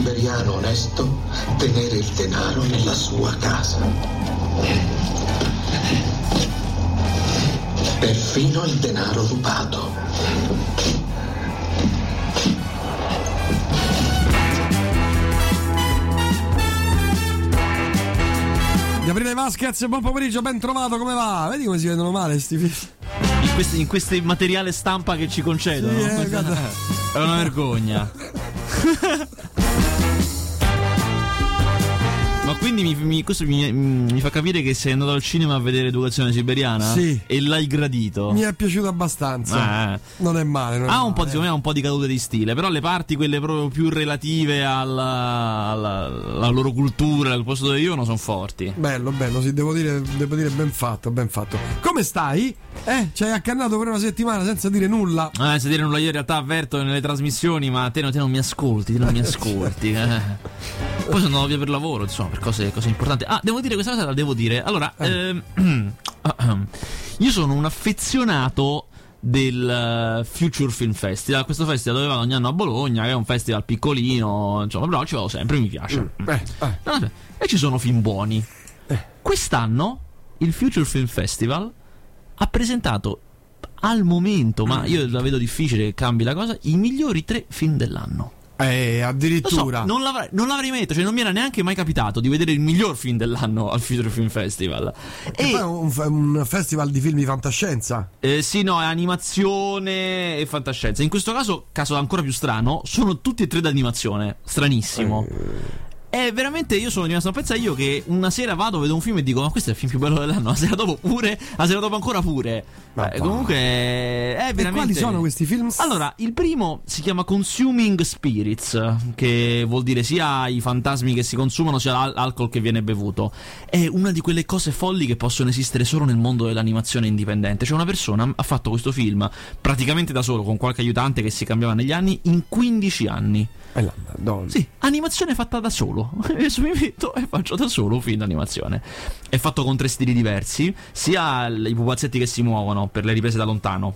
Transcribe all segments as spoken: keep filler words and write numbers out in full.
siberiano onesto tenere il denaro nella sua casa. Perfino il denaro rubato. Gabriele Vasquez, buon pomeriggio, ben trovato, come va? Vedi come si vedono male sti film? In questi, in questi materiale stampa che ci concedono. Sì, eh, Questa è una vergogna. Ma quindi mi, mi, questo mi, mi fa capire che sei andato al cinema a vedere Educazione Siberiana? Sì. E l'hai gradito? Mi è piaciuto abbastanza. Eh. Non è male. Non è ha un male. po', secondo me, ha un po' di cadute di stile, però le parti, quelle proprio più relative alla, alla, alla loro cultura, al posto dove vivono, sono forti. Bello, bello, sì, devo dire, devo dire ben fatto, ben fatto. Come stai? Eh, ci hai accannato per una settimana senza dire nulla. Eh, senza dire nulla, io in realtà avverto nelle trasmissioni, ma te, te non mi ascolti, te non mi ascolti. Eh. Poi sono andato via per lavoro, insomma, per cose, cose importanti. Ah, devo dire questa cosa, la devo dire. Allora, eh. ehm, io sono un affezionato del Future Film Festival. Questo festival dove vado ogni anno a Bologna, che è un festival piccolino, insomma, però ci vado sempre, mi piace. Mm. Eh, eh. No, e ci sono film buoni. Eh. Quest'anno il Future Film Festival ha presentato al momento, ma io la vedo difficile che cambi la cosa, i migliori tre film dell'anno. Eh, addirittura. Lo so, non l'avrei, non l'avrei mai detto, cioè non mi era neanche mai capitato di vedere il miglior film dell'anno al Future Film Festival. E poi è un, un festival di film di fantascienza. Eh, sì, no, è animazione e fantascienza. In questo caso, caso ancora più strano, sono tutti e tre d'animazione. Stranissimo. Eh. È veramente, io sono rimasto a pensare io che una sera vado, vedo un film e dico: ma questo è il film più bello dell'anno. La sera dopo pure, la sera dopo ancora pure. Eh, comunque è veramente. E quali sono questi film? Allora, il primo si chiama Consuming Spirits, che vuol dire sia i fantasmi che si consumano sia l'alcol che viene bevuto. È una di quelle cose folli che possono esistere solo nel mondo dell'animazione indipendente. Cioè una persona ha fatto questo film praticamente da solo, con qualche aiutante che si cambiava negli anni, in quindici anni. Eh, la Madonna. Sì, animazione fatta da solo. Adesso mi metto e faccio da solo un film d'animazione. È fatto con tre stili diversi, sia i pupazzetti che si muovono per le riprese da lontano,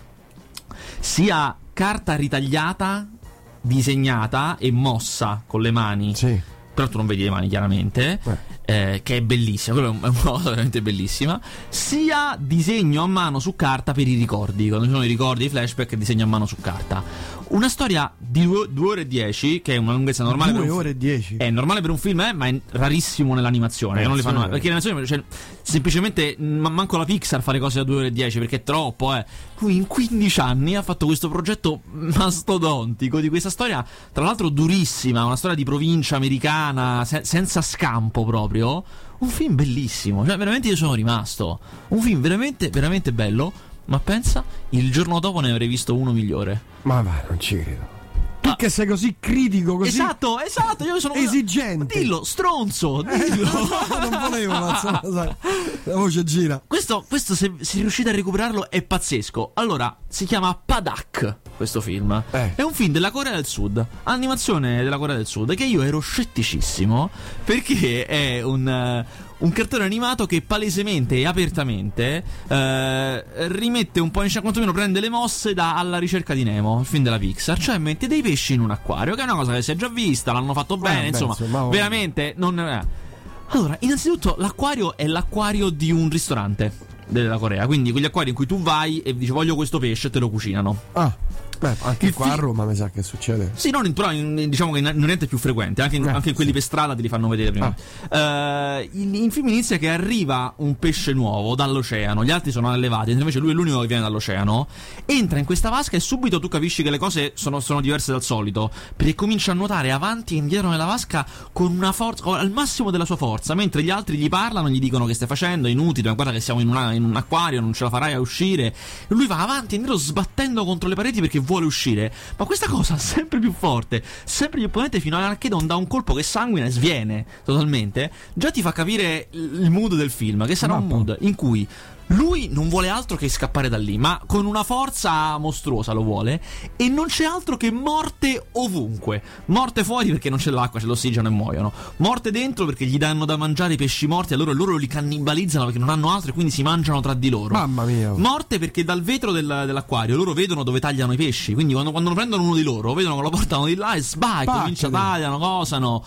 sia carta ritagliata, disegnata e mossa con le mani. Sì. Però tu non vedi le mani chiaramente, eh. Eh, che è bellissima, quello è una cosa veramente bellissima. Sia disegno a mano su carta per i ricordi, quando ci sono i ricordi, i flashback, disegno a mano su carta. Una storia di due ore e dieci, che è una lunghezza normale. Due per un ore e dieci. È normale per un film, eh, ma è rarissimo nell'animazione. Eh, che non le sì, fanno, eh. perché l'animazione, cioè, semplicemente ma manco la Pixar fa le cose da due ore e dieci, perché è troppo, eh. Lui in quindici anni ha fatto questo progetto mastodontico di questa storia, tra l'altro durissima, una storia di provincia americana, se- senza scampo proprio. Un film bellissimo, cioè veramente io sono rimasto. Un film veramente, veramente bello. Ma pensa, il giorno dopo ne avrei visto uno migliore. Ma va, non ci credo. Tu che sei così critico, così Esatto, esatto, io sono esigente. Dillo, stronzo, dillo. Non volevo, ma sai, la voce gira. Questo, questo se, se riuscite a recuperarlo è pazzesco. Allora, si chiama Padak, questo film. Eh. È un film della Corea del Sud, animazione della Corea del Sud, che io ero scetticissimo, perché è un... un cartone animato che palesemente e apertamente eh, rimette un po' in scena, quantomeno prende le mosse da Alla ricerca di Nemo, il film della Pixar, cioè mette dei pesci in un acquario, che è una cosa che si è già vista, l'hanno fatto bene, beh, insomma, insomma, oh. veramente non... eh. Allora, innanzitutto l'acquario è l'acquario di un ristorante della Corea, quindi quegli acquari in cui tu vai e dici voglio questo pesce e te lo cucinano. Ah. Beh, anche Il qua a fi- Roma mi sa che succede. Sì, non in, però in, diciamo che non è più frequente, anche in, Eh, anche in quelli sì. per strada te li fanno vedere prima. Ah. Uh, il, il film inizia che arriva un pesce nuovo dall'oceano, gli altri sono allevati, invece lui è l'unico che viene dall'oceano. Entra in questa vasca e subito tu capisci che le cose sono, sono diverse dal solito, perché comincia a nuotare avanti e indietro nella vasca con una forza, al massimo della sua forza, mentre gli altri gli parlano, gli dicono che stai facendo, è inutile, ma guarda che siamo in, una, in un acquario, non ce la farai a uscire. E lui va avanti e indietro sbattendo contro le pareti perché vuole uscire. Ma questa cosa sempre più forte, sempre più potente, fino a che non dà un colpo che sanguina e sviene totalmente, già ti fa capire il mood del film, che sarà Ma un mood in cui Lui non vuole altro che scappare da lì, ma con una forza mostruosa lo vuole, e non c'è altro che morte ovunque. Morte fuori perché non c'è l'acqua, c'è l'ossigeno e muoiono. Morte dentro perché gli danno da mangiare i pesci morti, allora loro li cannibalizzano perché non hanno altro e quindi si mangiano tra di loro. Mamma mia. Morte perché dal vetro del, dell'acquario loro vedono dove tagliano i pesci, quindi quando, quando prendono uno di loro, vedono che lo portano di là e sbaglia, comincia, tagliano, cosano.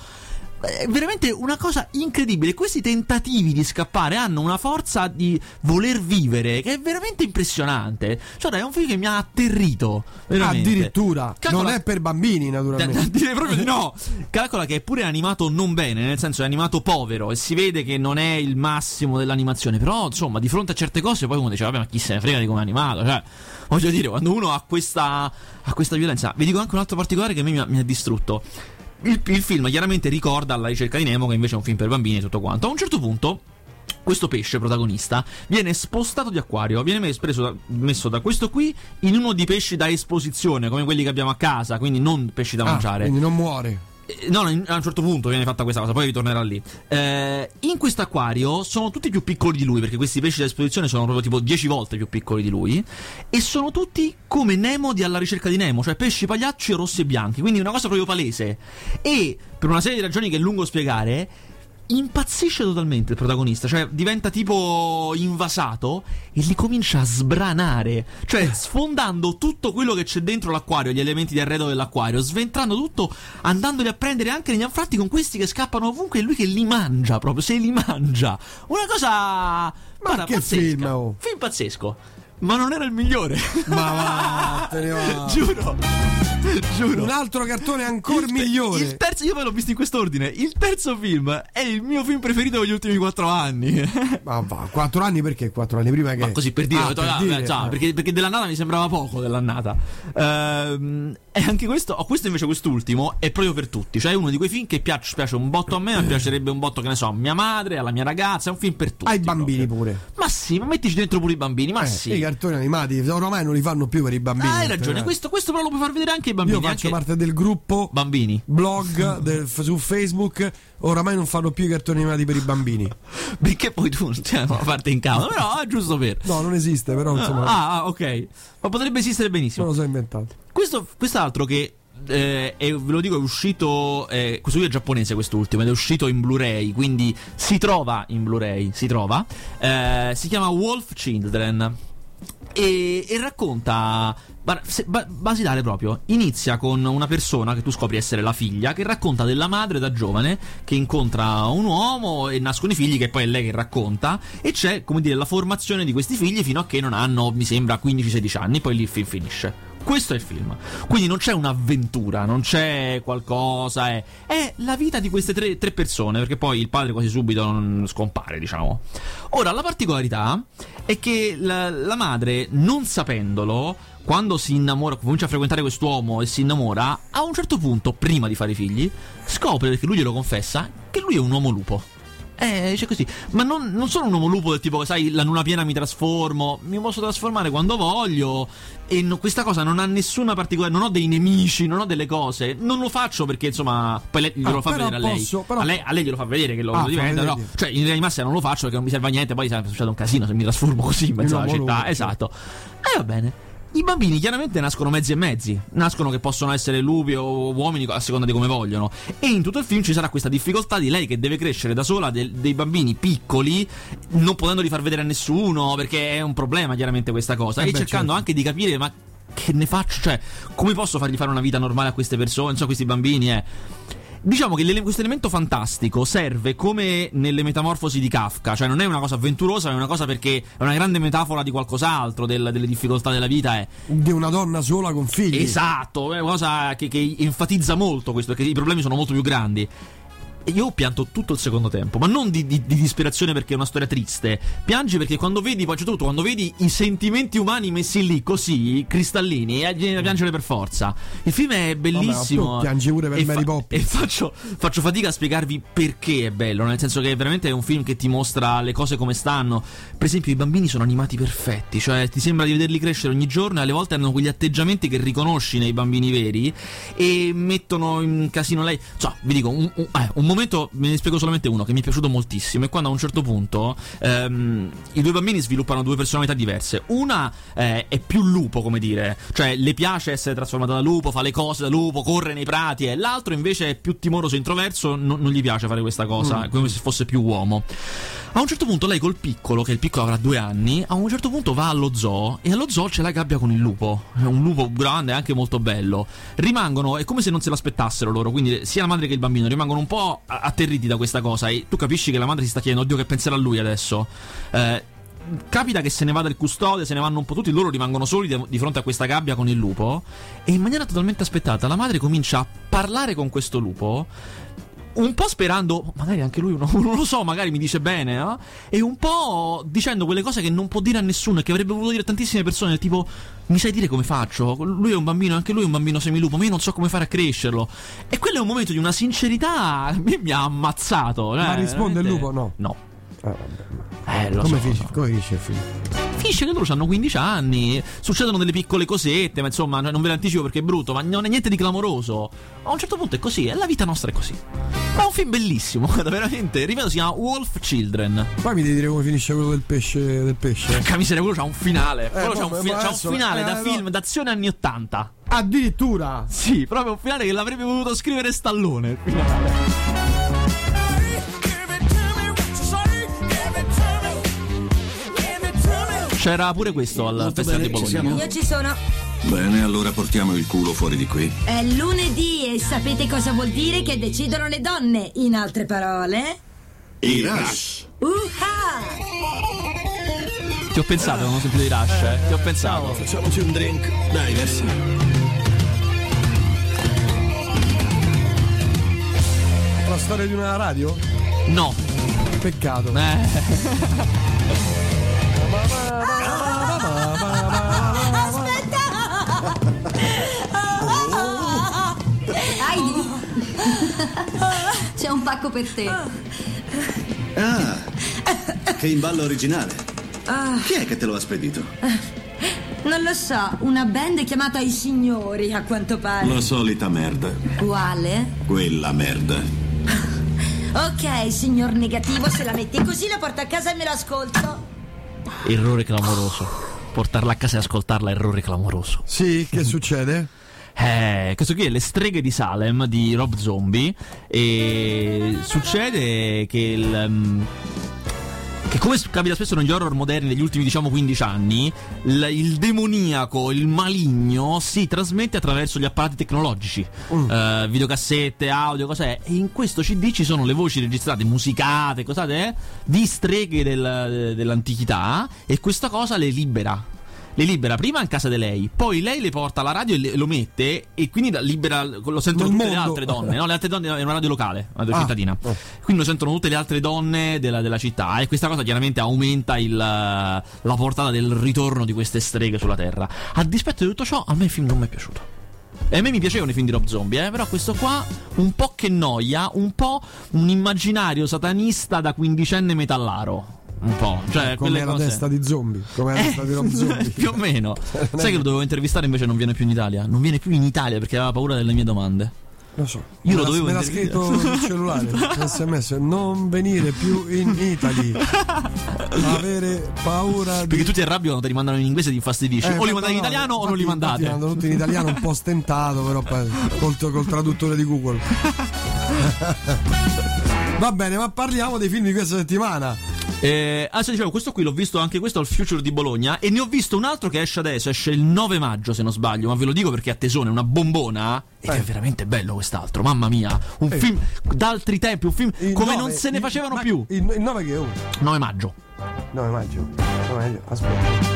È veramente una cosa incredibile. Questi tentativi di scappare hanno una forza di voler vivere che è veramente impressionante. Cioè, è un film che mi ha atterrito veramente. Addirittura. Calcola... non è per bambini, naturalmente. Da, da, direi proprio di no. Calcola che è pure animato non bene, nel senso è animato povero e si vede che non è il massimo dell'animazione. Però, insomma, di fronte a certe cose poi uno dice vabbè, ma chi se ne frega di come è animato. Cioè, voglio dire, quando uno ha questa, ha questa violenza. Vi dico anche un altro particolare che a me mi ha, mi ha distrutto. Il, il film chiaramente ricorda Alla ricerca di Nemo, che invece è un film per bambini e tutto quanto. A un certo punto questo pesce protagonista viene spostato di acquario, viene messo, preso da, messo da questo qui in uno di pesci da esposizione, come quelli che abbiamo a casa, quindi non pesci da ah, mangiare. Quindi non muore. No, a un certo punto viene fatta questa cosa, poi ritornerà lì. Eh, in questo acquario sono tutti più piccoli di lui, perché questi pesci da esposizione sono proprio tipo dieci volte più piccoli di lui, e sono tutti come Nemo di Alla ricerca di Nemo, cioè pesci pagliacci rossi e bianchi, quindi una cosa proprio palese. E per una serie di ragioni che è lungo spiegare, impazzisce totalmente il protagonista, cioè diventa tipo invasato e li comincia a sbranare, cioè sfondando tutto quello che c'è dentro l'acquario, gli elementi di arredo dell'acquario, sventrando tutto, andandoli a prendere anche negli anfratti con questi che scappano ovunque e lui che li mangia, proprio se li mangia. Una cosa, ma guarda, che pazzesca. film, oh. Film pazzesco. Ma non era il migliore. Ma va, te ne va. Giuro. Giuro. Un altro cartone ancora il, migliore. Il terzo, io ve l'ho visto in quest'ordine. Il terzo film è il mio film preferito degli ultimi quattro anni. Ma va, quattro anni perché? Quattro anni prima che. Ma così per dire, ah, ho detto, per ah, dire beh, ciao, eh. perché, perché dell'annata mi sembrava poco dell'annata. Ehm, e anche questo, oh, questo invece quest'ultimo è proprio per tutti. Cioè è uno di quei film che piace, piace un botto a me, ma piacerebbe un botto, che ne so, a mia madre, alla mia ragazza. È un film per tutti. Ai bambini proprio. Pure. Ma sì, ma mettici dentro pure i bambini. Ma eh, sì. I cartoni animati ormai non li fanno più per i bambini. Ah, hai ragione, questo, questo però lo puoi far vedere anche ai bambini. Io faccio anche... parte del gruppo bambini blog del, su Facebook. Oramai non fanno più i cartoni animati per i bambini. Perché poi tu non c'è una parte in causa. Però è giusto per. No, non esiste, però insomma. Ah, ah, ok. Ma potrebbe esistere benissimo. Non lo so inventato. Questo, quest'altro che eh, è, ve lo dico, è uscito. Eh, questo qui è giapponese, quest'ultimo, ed è uscito in Blu-ray. Quindi si trova in Blu-ray. Si trova. Eh, si chiama Wolf Children. E, e racconta basilare proprio. Inizia con una persona che tu scopri essere la figlia, che racconta della madre da giovane che incontra un uomo e nascono i figli, che poi è lei che racconta, e c'è, come dire, la formazione di questi figli fino a che non hanno, mi sembra, quindici sedici anni. Poi lì il film finisce. Questo è il film. Quindi non c'è un'avventura, non c'è qualcosa, è, è la vita di queste tre, tre persone, perché poi il padre quasi subito non scompare, diciamo. Ora, la particolarità è che la, la madre, non sapendolo, quando si innamora, comincia a frequentare quest'uomo e si innamora, a un certo punto, prima di fare i figli, scopre, perché lui glielo confessa, che lui è un uomo lupo. Eh, dice così. Ma non, non sono un uomo lupo del tipo che, sai, la luna piena mi trasformo, mi posso trasformare quando voglio. E no, questa cosa non ha nessuna particolare. Non ho dei nemici, non ho delle cose. Non lo faccio perché, insomma, poi lei glielo ah, fa vedere a lei. Posso, però... a lei. A lei glielo fa vedere che lo, ah, lo diventa. No? Cioè, in linea di massima non lo faccio perché non mi serve a niente. Poi sarebbe succede un casino se mi trasformo così in mezzo alla città. Lupo, esatto. E eh, va bene. I bambini chiaramente nascono mezzi e mezzi, nascono che possono essere lupi o uomini a seconda di come vogliono, e in tutto il film ci sarà questa difficoltà di lei che deve crescere da sola de- dei bambini piccoli, non potendoli far vedere a nessuno, perché è un problema chiaramente questa cosa, eh e beh, cercando certo. anche di capire ma che ne faccio, cioè come posso fargli fare una vita normale a queste persone, insomma, questi bambini, eh diciamo che questo elemento fantastico serve come nelle metamorfosi di Kafka, cioè non è una cosa avventurosa, è una cosa perché è una grande metafora di qualcos'altro, del, delle difficoltà della vita, è di una donna sola con figli. Esatto, è una cosa che, che enfatizza molto questo, che i problemi sono molto più grandi. Io ho pianto tutto il secondo tempo, ma non di, di, di disperazione perché è una storia triste. Piangi perché quando vedi, poi c'è tutto, quando vedi i sentimenti umani messi lì così, cristallini, e viene da piangere per forza. Il film è bellissimo. Vabbè, tu piangi pure per Mary fa- Poppins. E faccio, faccio fatica a spiegarvi perché è bello, nel senso che veramente è un film che ti mostra le cose come stanno. Per esempio i bambini sono animati perfetti, cioè ti sembra di vederli crescere ogni giorno e alle volte hanno quegli atteggiamenti che riconosci nei bambini veri e mettono in casino lei. Cioè, vi dico, un, un, eh, un momento, me ne spiego solamente uno che mi è piaciuto moltissimo, è quando a un certo punto ehm, i due bambini sviluppano due personalità diverse. Una eh, è più lupo, come dire, cioè le piace essere trasformata da lupo, fa le cose da lupo, corre nei prati, e l'altro invece è più timoroso, introverso, non, non gli piace fare questa cosa, mm. come se fosse più uomo. A un certo punto lei col piccolo, che il piccolo avrà due anni, a un certo punto va allo zoo, e allo zoo c'è la gabbia con il lupo, un lupo grande, anche molto bello. Rimangono, è come se non se l'aspettassero loro, quindi sia la madre che il bambino rimangono un po' atterriti da questa cosa, e tu capisci che la madre si sta chiedendo: oddio, che penserà lui adesso? Eh, capita che se ne vada il custode, se ne vanno un po' tutti, loro rimangono soli di, di fronte a questa gabbia con il lupo, e in maniera totalmente aspettata la madre comincia a parlare con questo lupo, un po' sperando, magari anche lui, non, non lo so, magari mi dice bene, no? E un po' dicendo quelle cose che non può dire a nessuno e che avrebbe voluto dire a tantissime persone, tipo: mi sai dire come faccio? Lui è un bambino, anche lui è un bambino semilupo, ma io non so come fare a crescerlo. E quello è un momento di una sincerità, a me mi ha ammazzato. Ma eh, risponde il lupo? No. No. Ah, eh, lo come so, finisce? no. Come finisce il film? Finisce che loro hanno quindici anni, succedono delle piccole cosette, ma insomma non ve l'anticipo perché è brutto, ma non è niente di clamoroso. A un certo punto è così, e la vita nostra è così. Ma è un film bellissimo, veramente. Ripeto, si chiama Wolf Children. Poi mi devi dire come finisce quello del pesce. Del pesce. Porca miseria, quello c'ha un finale. Eh, quello c'ha un, fi- c'ha un finale eh, da no. film d'azione anni ottanta. Addirittura? Sì, proprio un finale che l'avrebbe voluto scrivere Stallone. Il finale. C'era pure questo al Molto Festival bene, di ci Bologna. siamo? Io ci sono. Bene, allora portiamo il culo fuori di qui. È lunedì e sapete cosa vuol dire? Che decidono le donne. In altre parole. I Rush. Uh-ha! Ti ho pensato, non ho sentito i Rush, eh. Ti ho pensato. Facciamoci un drink. Dai, versi. La storia di una radio? No. Peccato. Eh. Heidi, c'è un pacco per te. Ah, che imballo originale. Chi è che te lo ha spedito? Non lo so, una band chiamata I Signori, a quanto pare. La solita merda. Quale? Quella merda. Ok, signor negativo, se la metti così la porto a casa e me lo ascolto. Errore clamoroso. Portarla a casa e ascoltarla, errore clamoroso. Sì, che succede? Eh, questo qui è Le streghe di Salem di Rob Zombie. E succede che il um, che come capita spesso negli horror moderni degli ultimi, diciamo, quindici anni, il, il demoniaco, il maligno si trasmette attraverso gli apparati tecnologici, mm. uh, videocassette, audio, cos'è. E in questo C D ci sono le voci registrate, musicate, cos'è, eh, di streghe del, dell'antichità, e questa cosa le libera. Le libera prima in casa di lei, poi lei le porta alla radio e le, lo mette, e quindi libera, lo sentono Nel tutte mondo. le altre donne, no? Le altre donne è una radio locale, una radio Ah, cittadina. oh. Quindi lo sentono tutte le altre donne della, della città, e questa cosa chiaramente aumenta il, la portata del ritorno di queste streghe sulla terra. A dispetto di tutto ciò, a me il film non mi è piaciuto. E a me mi piacevano i film di Rob Zombie, eh? Però questo qua un po' che noia, un po' un immaginario satanista da quindicenne metallaro. Un po', cioè come quelle la cose... testa di zombie, come la Eh, testa di Rob Zombie. più o meno. Sai che lo dovevo intervistare, invece non viene più in Italia. Non viene più in Italia perché aveva paura delle mie domande. Lo so. Io me lo l'ha- dovevo me l'ha intervistare. scritto sul cellulare, S M S, non venire più in Italy. Avere paura di... Perché tutti arrabbiano, te li mandano in inglese e ti infastidisci. Eh, o li infatti mandate in no, italiano o infatti- non li mandate. infatti mandano tutti in italiano, un po' stentato, però poi col, col traduttore di Google. Va bene, ma parliamo dei film di questa settimana. Eh, ah, se dicevo, questo qui l'ho visto anche questo al Future di Bologna, e ne ho visto un altro che esce adesso, esce il nove maggio se non sbaglio, ma ve lo dico perché è a tesone, una bombona, e Eh. che è veramente bello quest'altro, mamma mia, un Eh. film d'altri tempi, un film Il come nove, non se ne il- facevano ma- più. Il, il nove che è uno? nove maggio. nove maggio. nove maggio. Aspetta.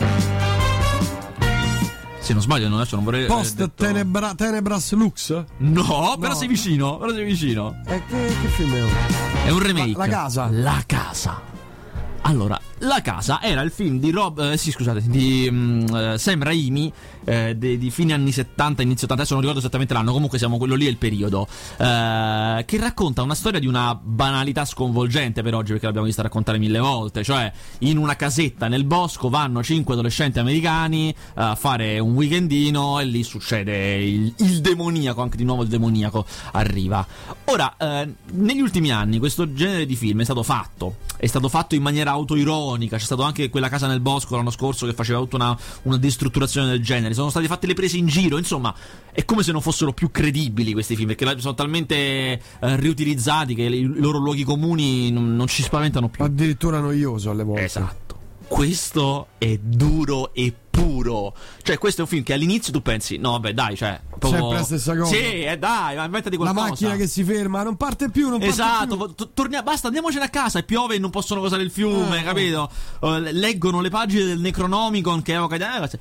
Se non sbaglio, adesso non vorrei Post aver detto- Tenebra, Tenebras Lux? No, però No. sei vicino, però sei vicino. Eh, che, che film è uno? È un remake. La- la casa. La casa. Allora, La casa era il film di Rob, eh, sì scusate, di um, Sam Raimi, eh, di, di fine anni settanta, inizio ottanta, adesso non ricordo esattamente l'anno, comunque siamo quello lì è il periodo, eh, che racconta una storia di una banalità sconvolgente per oggi, perché l'abbiamo vista raccontare mille volte, cioè in una casetta nel bosco vanno cinque adolescenti americani a fare un weekendino e lì succede il, il demoniaco, anche di nuovo il demoniaco arriva. Ora, eh, negli ultimi anni questo genere di film è stato fatto, è stato fatto in maniera autoironica, c'è stato anche Quella casa nel bosco l'anno scorso che faceva tutta una, una destrutturazione del genere, sono state fatte le prese in giro, insomma è come se non fossero più credibili questi film, perché sono talmente eh, riutilizzati che i, i loro luoghi comuni non, non ci spaventano più. Addirittura noioso alle volte. Esatto. Questo è duro e puro. Cioè, questo è un film che all'inizio tu pensi, no, vabbè, dai, cioè. Proprio... sempre la stessa cosa. Sì, eh, dai, ma inventati qualcosa. La macchina che si ferma, non parte più, non esatto, parte più. T- tornia- basta, andiamocene a casa e piove e non possono cosare il fiume, eh, capito? Uh, leggono le pagine del Necronomicon che evoca.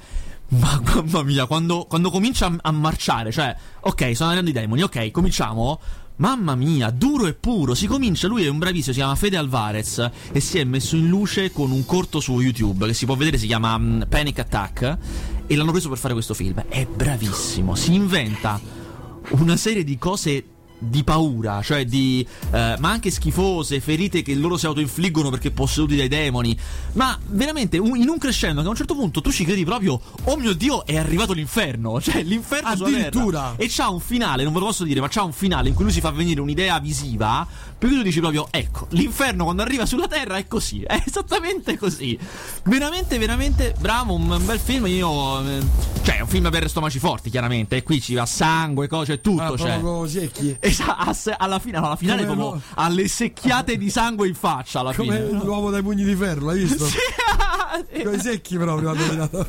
Ma mamma mia, quando, quando comincia a, a marciare, cioè, ok, sono arrivando i demoni, ok, cominciamo. Mamma mia, duro e puro. Si comincia, lui è un bravissimo, si chiama Fede Alvarez e si è messo in luce con un corto su YouTube che si può vedere, si chiama um, Panic Attack, e l'hanno preso per fare questo film. È bravissimo, si inventa una serie di cose di paura, cioè di eh, ma anche schifose, ferite che loro si autoinfliggono perché posseduti dai demoni, ma veramente un, in un crescendo che a un certo punto tu ci credi proprio, oh mio Dio, è arrivato l'inferno, cioè l'inferno sulla terra, e c'ha un finale, non ve lo posso dire, ma c'ha un finale in cui lui si fa venire un'idea visiva, per cui tu dici proprio, ecco, l'inferno quando arriva sulla terra è così, è esattamente così, veramente veramente bravo, un bel film. Io eh, cioè è un film per stomaci forti, chiaramente, e qui ci va sangue, cose, tutto, ah, c'è secchi. Esatto, alla fine, no, alla finale come proprio lo... alle secchiate di sangue in faccia alla come fine. Come l'uomo dai pugni di ferro, l'hai visto? Sì, sì. Con i secchi proprio hanno tirato.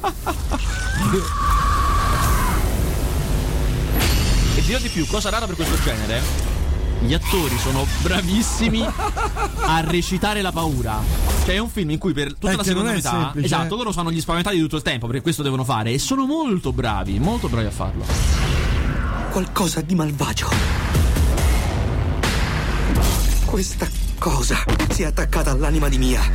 E dirò di più, cosa rara per questo genere, gli attori sono bravissimi a recitare la paura. Cioè è un film in cui per tutta è la seconda metà semplice, esatto, eh? loro fanno gli spaventati tutto il tempo, perché questo devono fare, e sono molto bravi, molto bravi a farlo. Qualcosa di malvagio. Questa cosa si è attaccata all'anima di Mia.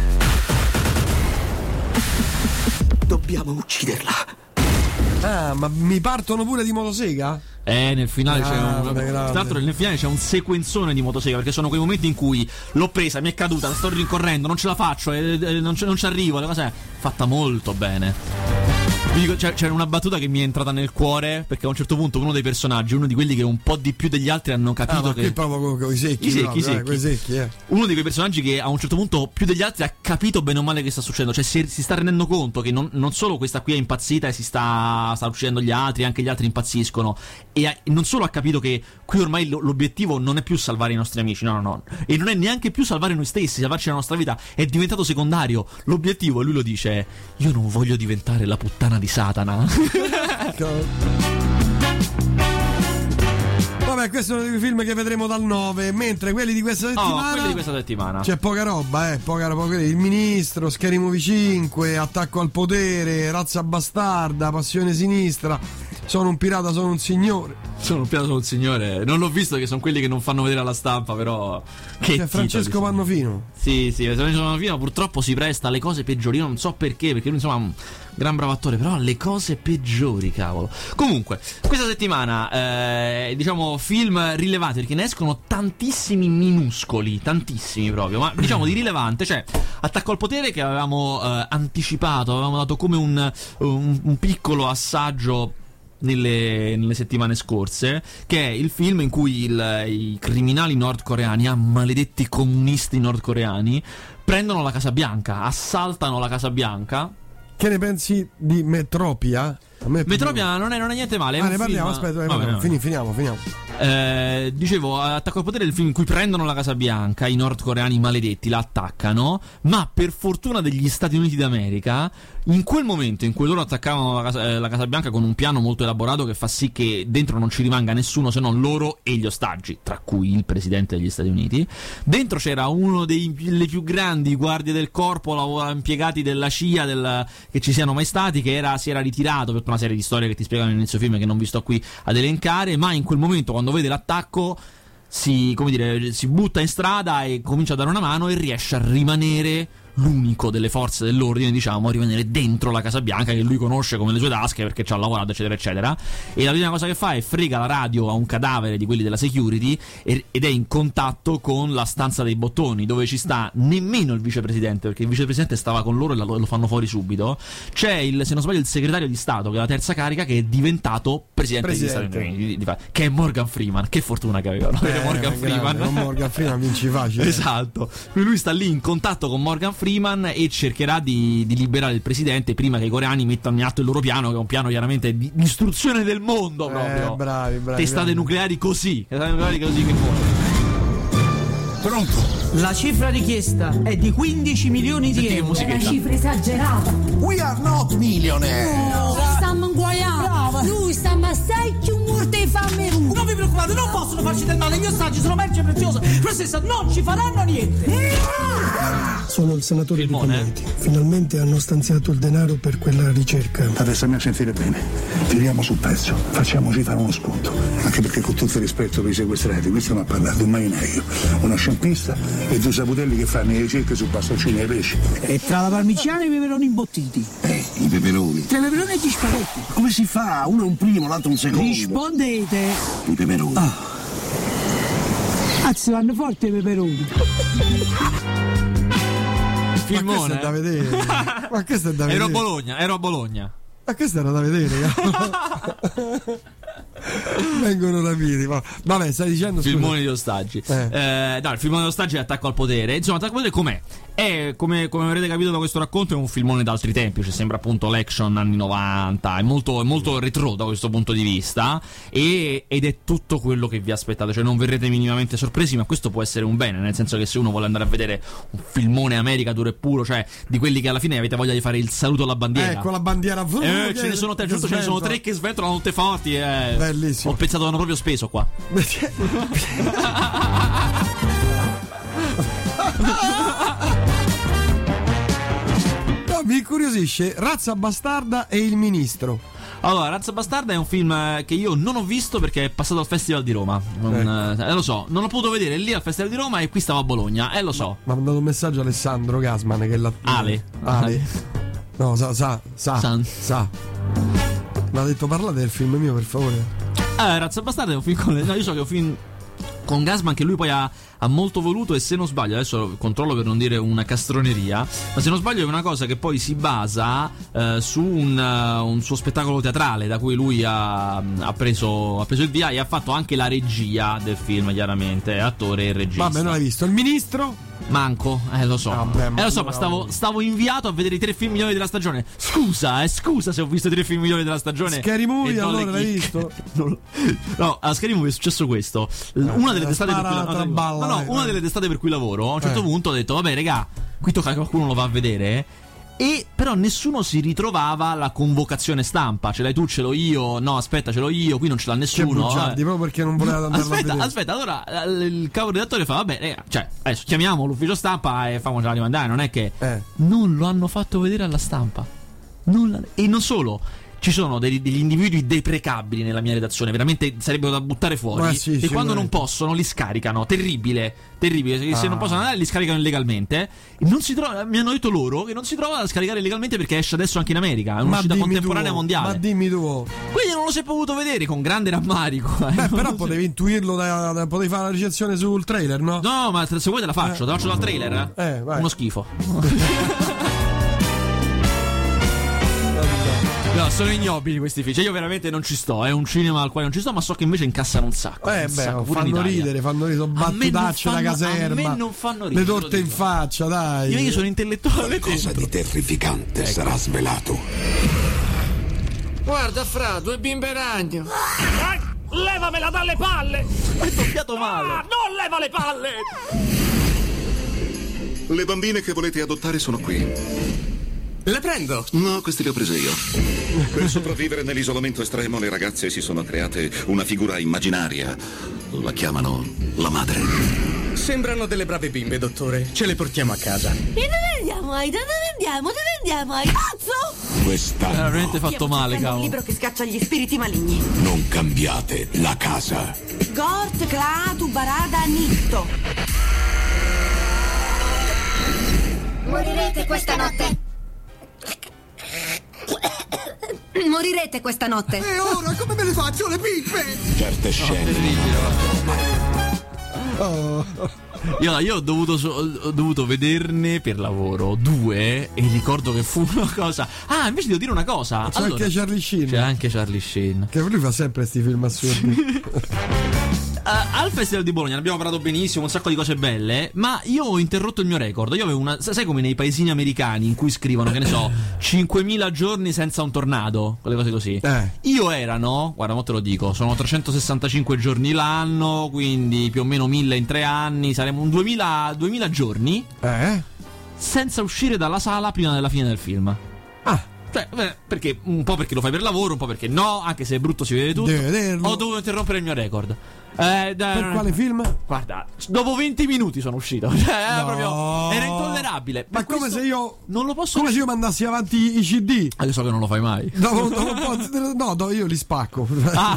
Dobbiamo ucciderla. Ah, ma mi partono pure di motosega? Eh, nel finale grande, c'è un. grande. Tra l'altro, nel finale c'è un sequenzone di motosega, perché sono quei momenti in cui l'ho presa, mi è caduta, la sto rincorrendo, non ce la faccio, eh, eh, non, ci, non ci arrivo. Le cose fatta molto bene. Vi dico, c'è, c'era una battuta che mi è entrata nel cuore, perché a un certo punto uno dei personaggi, uno di quelli che un po' di più degli altri hanno capito ah, che. Ma qui proprio con i secchi, I secchi, proprio, i secchi. Eh, coi secchi eh. Uno di quei personaggi che a un certo punto più degli altri ha capito bene o male che sta succedendo, cioè si, si sta rendendo conto che non, non solo questa qui è impazzita e si sta, sta uccidendo gli altri, anche gli altri impazziscono, e ha, non solo ha capito che qui ormai l'obiettivo non è più salvare i nostri amici, no no no, e non è neanche più salvare noi stessi, salvarci la nostra vita, è diventato secondario. L'obiettivo, e lui lo dice, io non voglio diventare la puttana di Satana. Vabbè, questo è uno dei film che vedremo dal nove, mentre quelli di questa settimana, oh, quelli di questa settimana c'è poca roba, eh, poca roba. Il Ministro, Scary Movie cinque, Attacco al potere, Razza bastarda, Passione sinistra, Sono un pirata, sono un signore. Sono un pirata, sono un signore. Non l'ho visto, che sono quelli che non fanno vedere alla stampa, però che c'è Francesco titoli. Pannofino. Sì, sì, Francesco Pannofino purtroppo si presta alle cose peggiori. Io non so perché, perché lui insomma è un gran bravo attore, però le cose peggiori, cavolo. Comunque, questa settimana eh, diciamo film rilevanti, perché ne escono tantissimi minuscoli, tantissimi proprio, ma diciamo di rilevante, cioè Attacco al potere, che avevamo eh, anticipato, avevamo dato come un, un, un piccolo assaggio Nelle, nelle settimane scorse, che è il film in cui il, i criminali nordcoreani, ah, maledetti comunisti nordcoreani, prendono la Casa Bianca, assaltano la Casa Bianca. Che ne pensi di Metropia? A me Metropia non è, non è niente male. Ah, ne parliamo, film... aspetta, vabbè, vabbè, fini, finiamo, finiamo. Eh, dicevo, Attacco al potere è il film in cui prendono la Casa Bianca, i nordcoreani maledetti la attaccano, ma per fortuna degli Stati Uniti d'America, in quel momento in cui loro attaccavano la Casa, eh, la Casa Bianca con un piano molto elaborato che fa sì che dentro non ci rimanga nessuno se non loro e gli ostaggi, tra cui il presidente degli Stati Uniti, dentro c'era uno delle più grandi guardie del corpo, impiegati della C I A del, che ci siano mai stati, che era, si era ritirato per una serie di storie che ti spiegano all'inizio film, che non vi sto qui ad elencare, ma in quel momento, quando vede l'attacco, si, come dire, si butta in strada e comincia a dare una mano e riesce a rimanere l'unico delle forze dell'ordine, diciamo, a rimanere dentro la Casa Bianca, che lui conosce come le sue tasche perché ci ha lavorato, eccetera eccetera. E la prima cosa che fa è frega la radio a un cadavere di quelli della security ed è in contatto con la stanza dei bottoni, dove ci sta nemmeno il vicepresidente, perché il vicepresidente stava con loro e lo fanno fuori subito. C'è il, se non sbaglio, il segretario di Stato, che è la terza carica, che è diventato presidente, presidente. degli Stati Uniti, che è Morgan Freeman. Che fortuna che avevano eh, Morgan Freeman. Con Morgan Freeman vinci facile. Esatto. Lui sta lì in contatto con Morgan Freeman e cercherà di, di liberare il presidente prima che i coreani mettano in atto il loro piano, che è un piano chiaramente di distruzione del mondo proprio. Eh, bravi, bravi. Testate bravi. nucleari così, testate nucleari così che muoiono. Pronto? La cifra richiesta è di quindici milioni di Senti euro. È una cifra esagerata. We are not millionaire. No, stiamo inguaiando. Noi stiamo assai più morte e fame. Non vi preoccupate, non possono farci del male. Gli ostaggi sono merce preziose. Professor, non ci faranno niente. Sono il senatore Filmone. Di Cometi. Finalmente hanno stanziato il denaro per quella ricerca. Adesso mi a sentire bene. Tiriamo sul pezzo, facciamoci fare uno spunto. Anche perché, con tutto il rispetto per i sequestrati, questo mi ha parlato un marinaio, una sciampista e due saputelli che fanno le ricerche su pastoncini e pesci. E tra la parmigiana e i peperoni imbottiti. Eh, i peperoni. Tra i peperoni e gli spaghetti. Come si fa? Uno è un primo, l'altro un secondo. Rispondete. I peperoni. Ah. Azzi, vanno forte i peperoni. Filmone. Ma questo è da vedere. Ma questo è da vedere. Ero a Bologna, ero a Bologna. Ma questo era da vedere. Vengono rapiti. Ma... Vabbè, stai dicendo. Filmone di ostaggi. Eh. Eh, no, il filmone di ostaggi è Attacco al potere. Insomma, Attacco al potere com'è? È, come, come avrete capito da questo racconto, è un filmone d'altri tempi, cioè sembra appunto l'action anni novanta, è molto, è molto retro da questo punto di vista, e, ed è tutto quello che vi aspettate, cioè non verrete minimamente sorpresi, ma questo può essere un bene, nel senso che se uno vuole andare a vedere un filmone America duro e puro, cioè di quelli che alla fine avete voglia di fare il saluto alla bandiera, ecco la bandiera, eh, ce ne sono tre, giusto, ce ne sono tre che sventolano tutte forti, eh. Bellissimo. Ho pensato l'hanno proprio speso qua. Mi incuriosisce Razza Bastarda e il Ministro. Allora, Razza Bastarda è un film che io non ho visto perché è passato al Festival di Roma. Non, eh. Eh, lo so, non ho potuto vedere lì al Festival di Roma e qui stavo a Bologna, eh lo so. Mi ha mandato un messaggio Alessandro Gasman, che è la... Ale. Ale. No, sa, sa, sa, San. sa. Mi ha detto parlate del film mio, per favore. Eh, Razza Bastarda è un film con... No, io so che è un film con Gasman che lui poi ha, ha molto voluto, e se non sbaglio, adesso controllo per non dire una castroneria, ma se non sbaglio è una cosa che poi si basa eh, su un, uh, un suo spettacolo teatrale da cui lui ha, ha, preso, ha preso il via, e ha fatto anche la regia del film, chiaramente, attore e regista. Vabbè, non l'hai visto. Il Ministro? Manco, eh lo so, Vabbè, ma eh lo so, ma stavo, stavo inviato a vedere i tre film migliori della stagione. Scusa, eh, scusa se ho visto i tre film migliori della stagione. Scary Movie, e non allora le l'hai chicche. visto? No, a Scary Movie è successo questo. Una delle testate per cui spara lavoro, balla, no, no, vai, una vai. delle testate per cui lavoro, a un certo Eh. punto ho detto vabbè regà, qui tocca che qualcuno lo va a vedere. E però nessuno si ritrovava la convocazione stampa. Ce l'hai tu, ce l'ho io. No, aspetta, ce l'ho io. Qui non ce l'ha C'è nessuno. Bugiardi, eh. proprio perché non voleva andarlo a Aspetta, vedere. aspetta, allora eh, il capo redattore fa vabbè, raga, cioè, adesso chiamiamo l'ufficio stampa e facciamocela rimandare. Non è che Eh. non lo hanno fatto vedere alla stampa. Non la- E non solo. Ci sono degli, degli individui deprecabili nella mia redazione, veramente sarebbero da buttare fuori. Ma sì, e quando non sicuramente. possono li scaricano. Terribile, terribile. Se, se Ah. non possono andare li scaricano illegalmente. E non si trova, mi hanno detto loro che non si trova da scaricare illegalmente perché esce adesso anche in America. È Ma un'uscita dimmi contemporanea tu, mondiale. Ma dimmi tu. Quindi non lo si è potuto vedere, con grande rammarico. eh. Beh, Non però lo si- potevi intuirlo, da, da- potevi fare la recensione sul trailer, no? No, ma se vuoi te la faccio, te la faccio dal trailer. Eh, vai. Uno schifo. No, sono ignobili questi film. Cioè, io veramente non ci sto. È un cinema al quale non ci sto, ma so che invece incassano un sacco. Eh, un beh, sacco, pure in fanno Italia. ridere, fanno ridere, sono A me non battutacce da fanno- caserma. A me non fanno ridere. Le torte in lo dico. faccia, dai. Io, io sono intellettuale. Cosa di terrificante sarà svelato. Guarda, fra, due bimbe ragno. Ah, levamela dalle palle! Hai doppiato male. Ah, non leva le palle! Le bambine che volete adottare sono qui. Le prendo! No, queste le ho prese io. Per sopravvivere nell'isolamento estremo, le ragazze si sono create una figura immaginaria. La chiamano la madre. Sembrano delle brave bimbe, dottore. Ce le portiamo a casa. E dove andiamo, Ai? Dove andiamo? Dove andiamo, Ai? Pazzo! Questa È veramente fatto Stiamo male, cercando un cavolo. libro che scaccia gli spiriti maligni. non cambiate la casa. Gort, Clatu, Barada, Nitto. Morirete dormirete questa notte. E ora come me le faccio le pippe? Certe scene. Oh. Io, io ho, dovuto, ho dovuto vederne per lavoro due e ricordo che fu una cosa. Ah, invece devo dire una cosa. C'è allora, anche Charlie Sheen. C'è anche Charlie Sheen. Che lui fa sempre questi film assurdi. Uh, al Festival di Bologna ne abbiamo parlato benissimo, un sacco di cose belle, ma io ho interrotto il mio record. Io avevo una. Sai come nei paesini americani in cui scrivono, che ne so, cinquemila giorni senza un tornado, quelle cose così. Eh. Io erano, guarda, mo te lo dico, sono trecentosessantacinque giorni l'anno, quindi più o meno mille in tre anni, saremo un duemila, duemila giorni Eh? senza uscire dalla sala prima della fine del film. Ah. Cioè, beh, perché un po' perché lo fai per lavoro, un po' perché no, anche se è brutto si vede tutto. Deve vederlo. Ho dovuto interrompere il mio record. Eh, da, Per quale film? Guarda, dopo venti minuti sono uscito. Cioè, era No. proprio. Era intollerabile. Ma Per come questo se io. Non lo posso. Come se io mandassi avanti i C D. Ah, io so che non lo fai mai. Dopo, dopo un po'. No, do- io li spacco. Ah.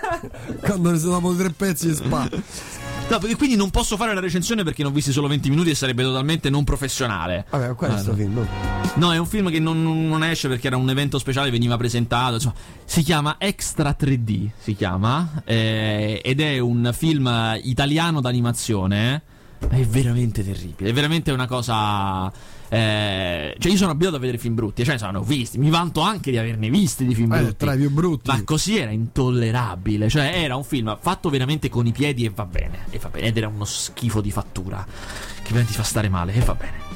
Quando dopo tre pezzi li spacco. No, perché quindi non posso fare la recensione perché ne ho visti solo venti minuti e sarebbe totalmente non professionale. Vabbè, ma questo Guarda. film. No? No, è un film che non, non esce perché era un evento speciale, veniva presentato. Insomma, si chiama Extra tre D. Si chiama. Eh, ed è un film italiano d'animazione. È veramente terribile. È veramente una cosa. Eh, cioè, io sono abituato a vedere film brutti. Cioè, ne ho visti. Mi vanto anche di averne visti di film Eh, brutti. tra i più brutti. Ma così era intollerabile. Cioè, era un film fatto veramente con i piedi e va bene. E va bene. Ed era uno schifo di fattura che veramente ti fa stare male. E va bene.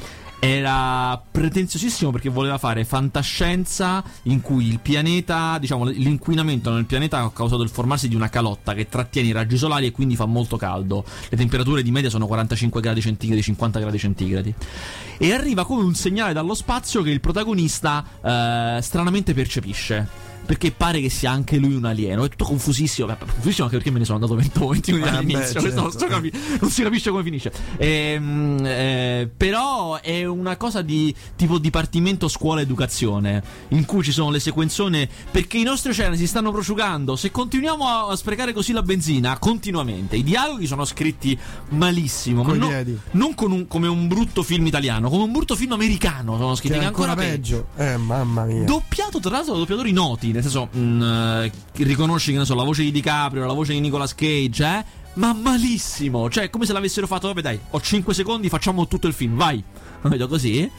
Era pretenziosissimo perché voleva fare fantascienza in cui il pianeta, diciamo, l'inquinamento nel pianeta ha causato il formarsi di una calotta che trattiene i raggi solari e quindi fa molto caldo. Le temperature di media sono quarantacinque gradi centigradi, cinquanta gradi centigradi. E arriva come un segnale dallo spazio che il protagonista eh, stranamente percepisce. Perché pare che sia anche lui un alieno. È tutto confusissimo. Confusissimo anche perché me ne sono andato venti minuti Eh, all'inizio. beh, Questo non, certo. so capi- non si capisce come finisce. Ehm, eh, però è una cosa di tipo dipartimento scuola-educazione, in cui ci sono le sequenzone. Perché i nostri oceani si stanno prosciugando. Se continuiamo a, a sprecare così la benzina continuamente, i dialoghi sono scritti malissimo. Ma Coi no, piedi. non con un, come un brutto film italiano, come un brutto film americano. Sono scritti Che che è è ancora ancora peggio. peggio. Eh, mamma mia. Doppiato tra l'altro da doppiatori noti, nel senso mh, eh, riconosci che ne so la voce di DiCaprio, la voce di Nicolas Cage, eh? Ma malissimo, cioè come se l'avessero fatto, vabbè dai, ho cinque secondi, facciamo tutto il film, vai. Vedo così.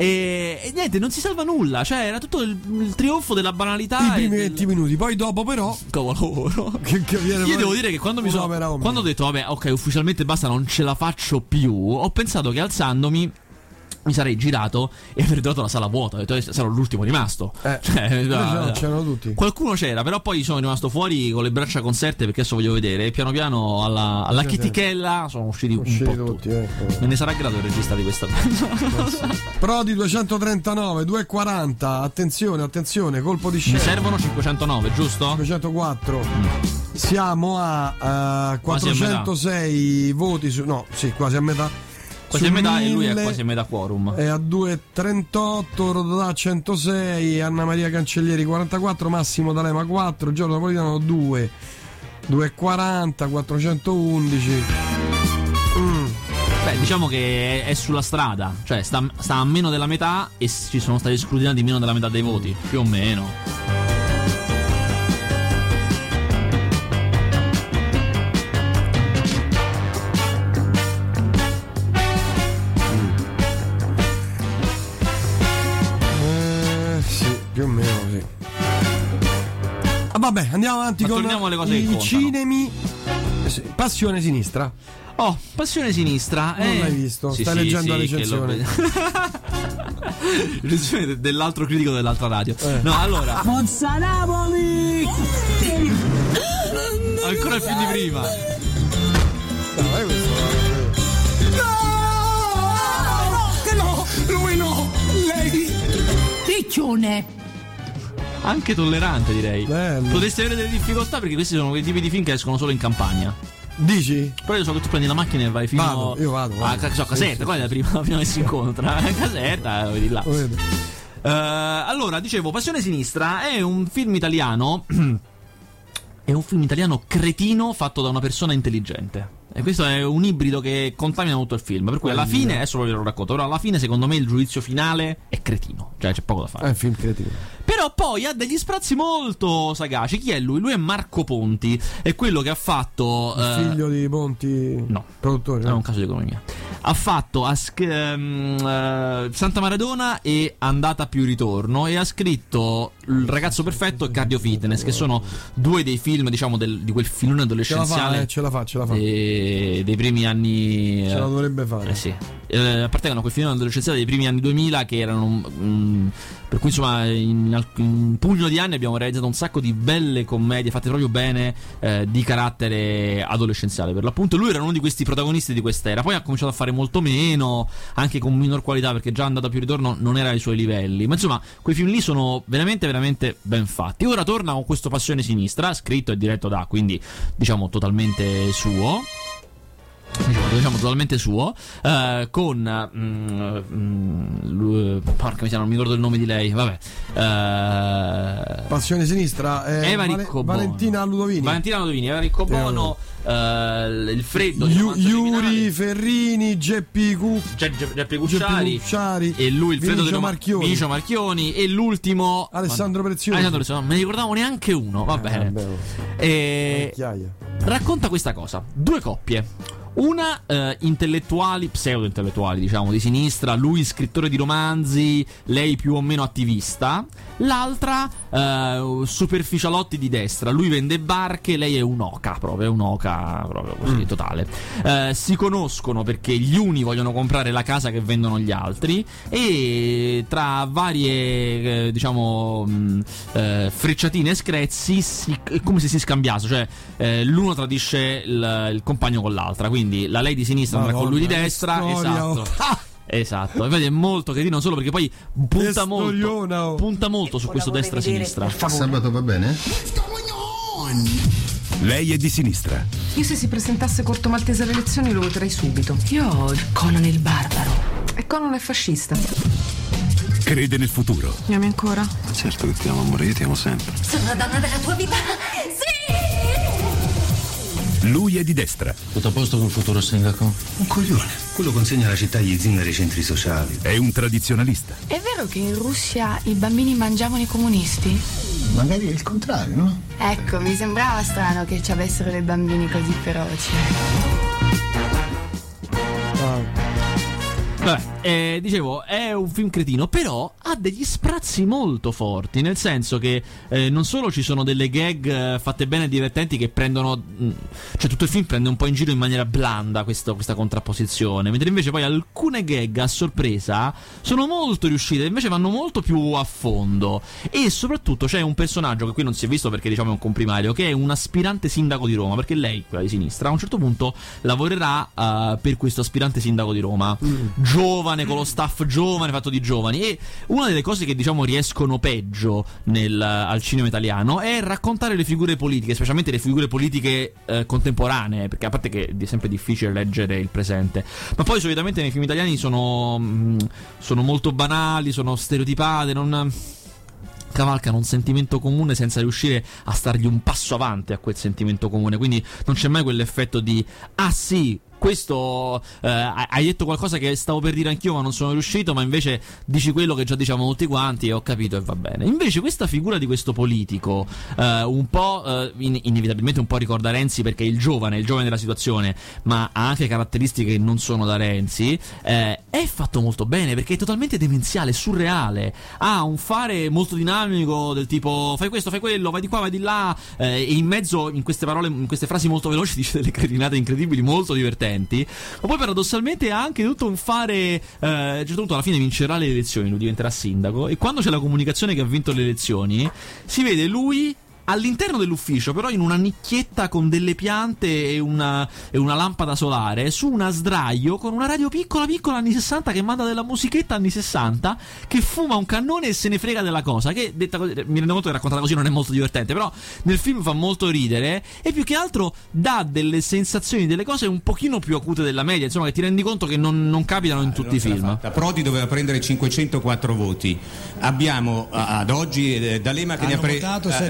E, e niente, non si salva nulla, cioè era tutto il, il trionfo della banalità. I primi e venti del... minuti, poi dopo però. Cavoloro. Che, che viene Io poi devo dire che quando mi sono un'opera omnia. quando ho detto vabbè, ok, ufficialmente basta, non ce la faccio più, ho pensato che alzandomi mi sarei girato e avrei trovato la sala vuota. Ho detto, eh, sarò l'ultimo rimasto. Eh, Cioè, invece no, no, no. c'erano tutti. Qualcuno c'era, però poi sono rimasto fuori con le braccia conserte perché adesso voglio vedere. E piano piano alla, alla Sì, chitichella sono usciti, Usciti un po' tutti, tutti. ecco. Me ne sarà grato il regista di questa cosa. Prodi duecentotrentanove, duecentoquaranta. Attenzione, attenzione, colpo di Mi scena. servono cinquecentonove, giusto? duecentoquattro. Siamo a eh, Quasi a quattrocentosei voti su. No, sì, quasi a metà. Quasi Su a metà e lui è mille, quasi a metà quorum. È a duecentotrentotto, Rodotà centosei, Anna Maria Cancellieri quarantaquattro, Massimo D'Alema quattro, Giorgio Napolitano due, duecentoquaranta, quattrocentoundici. Mm. Beh, diciamo che è, è sulla strada, cioè sta, sta a meno della metà e ci sono stati scrutinati meno della metà dei voti, più o meno. Eh, sì, più o meno sì. Ah, vabbè, andiamo avanti Ma con torniamo alle cose che i contano. cinemi. Sì, Passione sinistra. Oh, Passione sinistra. Non eh. l'hai visto? Sì, Stai sì, leggendo sì, la che recensione. l'ho- recensione de- dell'altro critico dell'altra radio. Eh. No, allora, Forza Napoli! ancora il film di prima. No, è questo. No, che no! Lui no! Lei! Piccione! Anche tollerante, direi. Bello. Potresti avere delle difficoltà perché questi sono quei tipi di film che escono solo in campagna. Dici? Però io so che tu prendi la macchina e vai fino Vado, io vado, vado. a so, Caserta, Sì, sì, qual è la prima, la prima che si incontra? Caserta, lo vedi là. Lo vedo. Eh, allora, dicevo, Passione sinistra è un film italiano. È un film italiano cretino fatto da una persona intelligente. E questo è un ibrido che contamina tutto il film. Per cui alla fine, adesso ve lo racconto, però alla fine, secondo me, il giudizio finale è cretino. Cioè, c'è poco da fare. È un film cretino. Però Però poi ha degli sprazzi molto sagaci. Chi è lui? Lui è Marco Ponti, è quello che ha fatto il eh, figlio di Ponti, no, produttore, è un caso di economia. Ha fatto a sc- um, uh, Santa Maradona e Andata più ritorno, e ha scritto Il ragazzo perfetto e Cardio Fitness, che sono due dei film, diciamo, del, di quel filone adolescenziale. Ce la fa, ce la fa, ce la fa. Dei, dei primi anni. Ce la dovrebbe fare. Eh sì. Eh, appartengono a quel filone adolescenziale dei primi anni duemila, che erano um, per cui insomma in, in un pugno di anni abbiamo realizzato un sacco di belle commedie fatte proprio bene, eh, di carattere adolescenziale per l'appunto. Lui era uno di questi protagonisti di quest'era. Poi ha cominciato a fare molto meno, anche con minor qualità, perché già Andata più ritorno non era ai suoi livelli. Ma insomma, quei film lì sono veramente veramente ben fatti. Ora torna con questo Passione Sinistra, scritto e diretto da, quindi diciamo totalmente suo. Diciamo, diciamo totalmente suo, eh, con mm, mm, lui, porca miseria, non mi ricordo il nome di lei, vabbè, eh, Passione Sinistra, eh, Eva Vale- Riccobono, Valentina Ludovini, Valentina Ludovini, Eva Riccobono, eh, il freddo, Iu- Iuri Ferrini, Geppi Cu- Ge- Ge- Geppi Cucciari, Cucciari, e lui il freddo Vinicio delle Marchioni. Vinicio Marchioni, e l'ultimo Alessandro Preziosi. Alessandro Preziosi, non me ne ricordavo neanche uno, va bene. E racconta questa cosa: due coppie. Una eh, intellettuali, pseudo-intellettuali, diciamo, di sinistra, lui scrittore di romanzi, lei più o meno attivista. L'altra eh, superficialotti di destra, lui vende barche, lei è un'oca, proprio, è un'oca proprio così, mm. totale. Eh, si conoscono perché gli uni vogliono comprare la casa che vendono gli altri, e tra varie, eh, diciamo, mh, eh, frecciatine e screzi si, è come se si scambiasse, cioè eh, l'uno tradisce il, il compagno con l'altra, quindi la lei di sinistra andrà con lui di destra, esatto. Esatto, infatti è molto carino, non solo perché poi punta molto, punta molto su questo destra-sinistra. Sabato va bene? Lei è di sinistra. Io se si presentasse Corto Maltese alle elezioni lo voterei subito. Io ho il Conan il barbaro. E Conan è fascista. Crede nel futuro. Mi ami ancora? Ma certo che ti amo, amore, io ti amo sempre. Sono la donna della tua vita. Lui è di destra. Tutto a posto con il futuro sindaco? Un coglione. Quello consegna alla città gli zingari ai centri sociali. È un tradizionalista. È vero che in Russia i bambini mangiavano i comunisti? Magari è il contrario, no? Ecco, mi sembrava strano che ci avessero dei bambini così feroci. Vabbè, eh, dicevo, è un film cretino, però ha degli sprazzi molto forti, nel senso che eh, non solo ci sono delle gag eh, fatte bene e divertenti che prendono, mh, cioè tutto il film prende un po' in giro in maniera blanda questo, questa contrapposizione, mentre invece poi alcune gag a sorpresa sono molto riuscite, invece vanno molto più a fondo, e soprattutto c'è un personaggio che qui non si è visto perché diciamo è un comprimario, che è un aspirante sindaco di Roma, perché lei, quella di sinistra, a un certo punto lavorerà uh, per questo aspirante sindaco di Roma, mm. giovane, con lo staff giovane, fatto di giovani, e una delle cose che diciamo riescono peggio nel, al cinema italiano è raccontare le figure politiche, specialmente le figure politiche eh, contemporanee, perché a parte che è sempre difficile leggere il presente, ma poi solitamente nei film italiani sono, mh, sono molto banali, sono stereotipate, non cavalcano un sentimento comune senza riuscire a stargli un passo avanti a quel sentimento comune, quindi non c'è mai quell'effetto di ah sì, questo eh, hai detto qualcosa che stavo per dire anch'io ma non sono riuscito, ma invece dici quello che già diciamo tutti quanti e ho capito e va bene. Invece questa figura di questo politico eh, un po' eh, in- inevitabilmente un po' ricorda Renzi, perché è il giovane, il giovane della situazione, ma ha anche caratteristiche che non sono da Renzi, eh, è fatto molto bene perché è totalmente demenziale, surreale, ha un fare molto dinamico del tipo fai questo, fai quello, vai di qua, vai di là, eh, e in mezzo in queste parole, in queste frasi molto veloci dice delle cretinate incredibili, molto divertenti. Ma poi paradossalmente ha anche tutto un fare eh, a un certo punto alla fine vincerà le elezioni, lui diventerà sindaco, e quando c'è la comunicazione che ha vinto le elezioni si vede lui all'interno dell'ufficio, però in una nicchietta con delle piante e una, e una lampada solare, su una sdraio con una radio piccola piccola anni sessanta che manda della musichetta anni sessanta, che fuma un cannone e se ne frega della cosa, che detta così, mi rendo conto che raccontata così non è molto divertente, però nel film fa molto ridere e più che altro dà delle sensazioni, delle cose un pochino più acute della media, insomma, che ti rendi conto che non, non capitano in tutti i film. Prodi doveva prendere cinquecentoquattro voti, abbiamo ad oggi eh, D'Alema che hanno ne ha pre- votato eh, hanno votato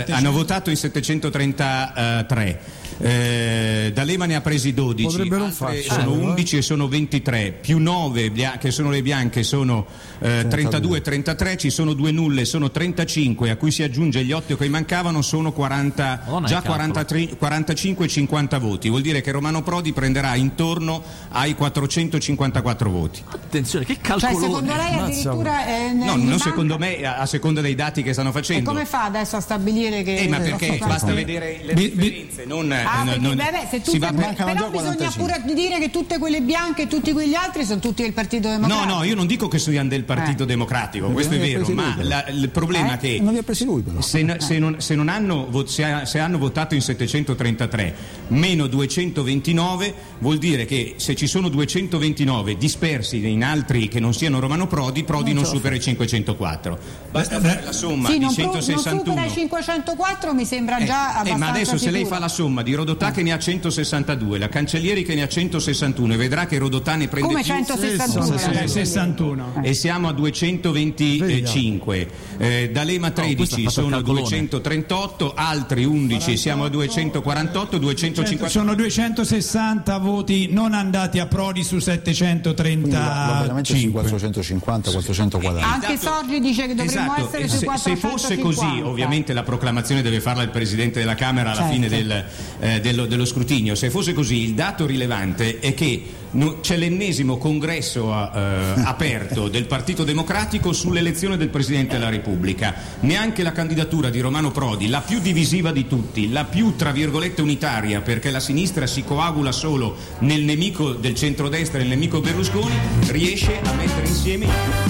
votato in settecentotrentatré, eh, D'Alema ne ha presi dodici, Potrebbe non altre farcela, sono eh. undici e sono ventitré, più nove bia- che sono le bianche sono eh, trentadue e trentatré, ci sono due nulle, sono trentacinque, a cui si aggiunge gli otto che mancavano, sono quaranta, Madonna, già il calcolo. quarantatré, quarantacinque e cinquanta voti, vuol dire che Romano Prodi prenderà intorno ai quattrocentocinquantaquattro voti. Attenzione, che Cioè, calcolone. secondo lei addirittura eh, No, gli non manca- secondo me, a, a seconda dei dati che stanno E facendo. come fa adesso a stabilire che Eh, ma perché eh, basta sì. vedere le differenze, non, Ah, non- perché, non- beh, beh, se si tutte, va per- però bisogna pure dire che tutte quelle bianche e tutti quegli altri sono tutti del Partito Democratico. No, no, io non dico che siano del Partito Eh. Democratico, Perché questo è non li ha vero, presi ma lui, la- il problema Eh? è che Non li ha presi lui, però. se, se non, se non hanno, vo- se, ha- se hanno votato in settecentotrentatré meno duecentoventinove vuol dire che se ci sono duecentoventinove dispersi in altri che non siano Romano Prodi, Prodi non, Non ce la supera i cinquecentoquattro. Basta fare la somma Sì, di non, pro- non centosessantuno. supera i cinquecentoquattro, mi sembra Eh, già eh, abbastanza ma adesso se lei sicuro. fa la somma di Rodotà che ne ha centosessantadue, la Cancellieri che ne ha centosessantuno e vedrà che Rodotà ne prende Come più centosessantuno? Eh, sessantuno. e siamo a duecentoventicinque, eh, D'Alema tredici fatto il sono calcolone. duecentotrentotto, altri undici siamo a duecentoquarantotto, duecentocinquanta. Sono duecentosessanta voti non andati a Prodi su settecentotrentacinque. quattrocentocinquanta quattrocentoquaranta. Anche Sorgi dice che dovremmo Esatto, essere e sui se, se fosse così, quattrocentocinquanta. ovviamente la proclamazione deve farla il Presidente della Camera alla Certo. fine del, eh, dello, dello scrutinio. Se fosse così, il dato rilevante è che no- c'è l'ennesimo congresso eh, aperto del Partito Democratico sull'elezione del Presidente della Repubblica. Neanche la candidatura di Romano Prodi, la più divisiva di tutti, la più tra virgolette unitaria, perché la sinistra si coagula solo nel nemico del centrodestra e nel nemico Berlusconi, riesce a mettere insieme.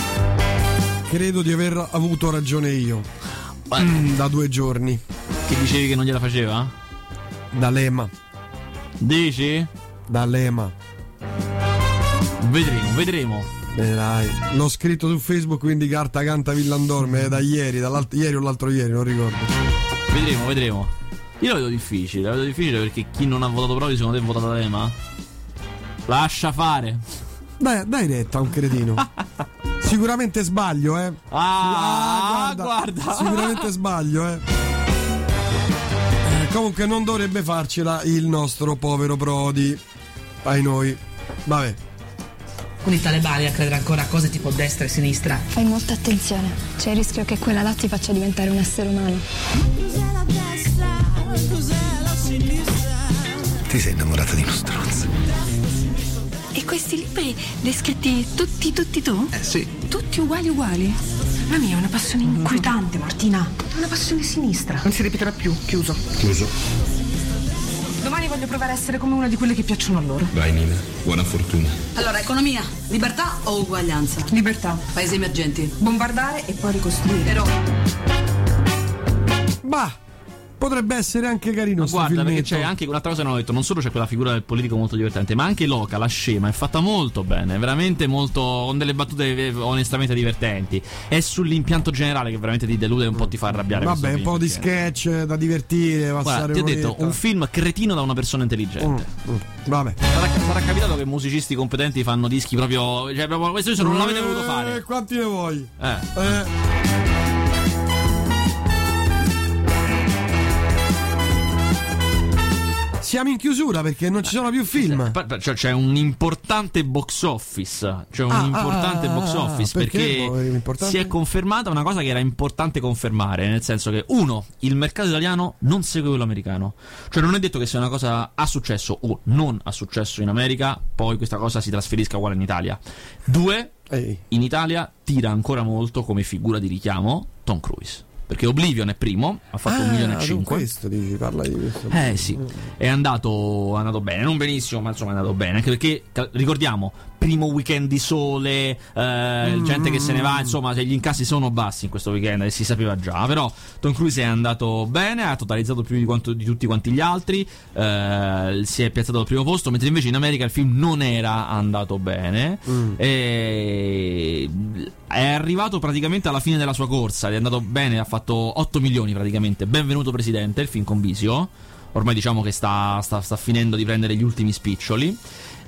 Credo di aver avuto ragione io. Mm, da due giorni. Che dicevi che non gliela faceva? D'Alema. Dici? D'Alema. Vedremo, vedremo. Vedrai. L'ho scritto su Facebook, quindi carta canta Villandorme, è da ieri, dall'altro ieri o l'altro ieri, non ricordo. Vedremo, vedremo. Io la vedo difficile, la vedo difficile perché chi non ha votato Prodi secondo te vota D'Alema? Lascia fare. Dai, dai retta a un cretino. Sicuramente sbaglio, eh. Ah, guarda, guarda. Sicuramente sbaglio, eh. Eh, Comunque non dovrebbe farcela il nostro povero Prodi. Ai noi. Vabbè. Con i talebani a credere ancora a cose tipo destra e sinistra. Fai molta attenzione, c'è il rischio che quella là ti faccia diventare un essere umano. Ti sei innamorata di uno stronzo. E questi libri li hai scritti tutti, tutti tu? Eh sì. Tutti uguali, uguali? La mia è una passione inquietante, Martina. È una passione sinistra. Non si ripeterà più, chiuso. Chiuso. Domani voglio provare a essere come una di quelle che piacciono a loro. Vai Nina, buona fortuna. Allora, economia, libertà o uguaglianza? Libertà. Paesi emergenti. Bombardare e poi ricostruire. Però Bah, potrebbe essere anche carino. Ma sto guarda, perché filmetto. c'è anche un'altra cosa che non ho detto, non solo c'è quella figura del politico molto divertente, ma anche Loca, la scema, è fatta molto bene, veramente molto, con delle battute eh, onestamente divertenti. È sull'impianto generale che veramente ti delude e un po' ti fa arrabbiare. Vabbè, questo un po' film, di perché- sketch da divertire, Guarda, passare ti ho detto, un'oretta. un film cretino da una persona intelligente. Mm, mm, vabbè. Sarà, sarà capitato che musicisti competenti fanno dischi proprio, cioè proprio questo io non l'avete voluto fare. Eh, quanti ne vuoi? Eh. Eh. Siamo in chiusura perché non ci sono più film. Cioè, c'è un importante box office. C'è un Ah, importante ah, box office perché perché, boh, è importante? si è confermata una cosa che era importante confermare. Nel senso che, uno, il mercato italiano non segue quello americano. Cioè, non è detto che se una cosa ha successo o non ha successo in America, poi questa cosa si trasferisca uguale in Italia. Due, Ehi. in Italia tira ancora molto come figura di richiamo Tom Cruise. Perché Oblivion è primo, ha fatto Ah, un milione e tu cinque. questo dici, parla di questo. Eh sì, è andato, è andato bene, non benissimo, ma insomma è andato bene. Anche perché, cal- ricordiamo, primo weekend di sole, eh, Mm. gente che se ne va, insomma, se gli incassi sono bassi in questo weekend, e si sapeva già. Però Tom Cruise è andato bene, ha totalizzato più di, quanto, di tutti quanti gli altri, eh, si è piazzato al primo posto, mentre invece in America il film non era andato bene. Mm. E è arrivato praticamente alla fine della sua corsa, è andato bene, ha fatto otto milioni praticamente. Benvenuto Presidente, il film con Bisio. Ormai diciamo che sta, sta, sta finendo di prendere gli ultimi spiccioli.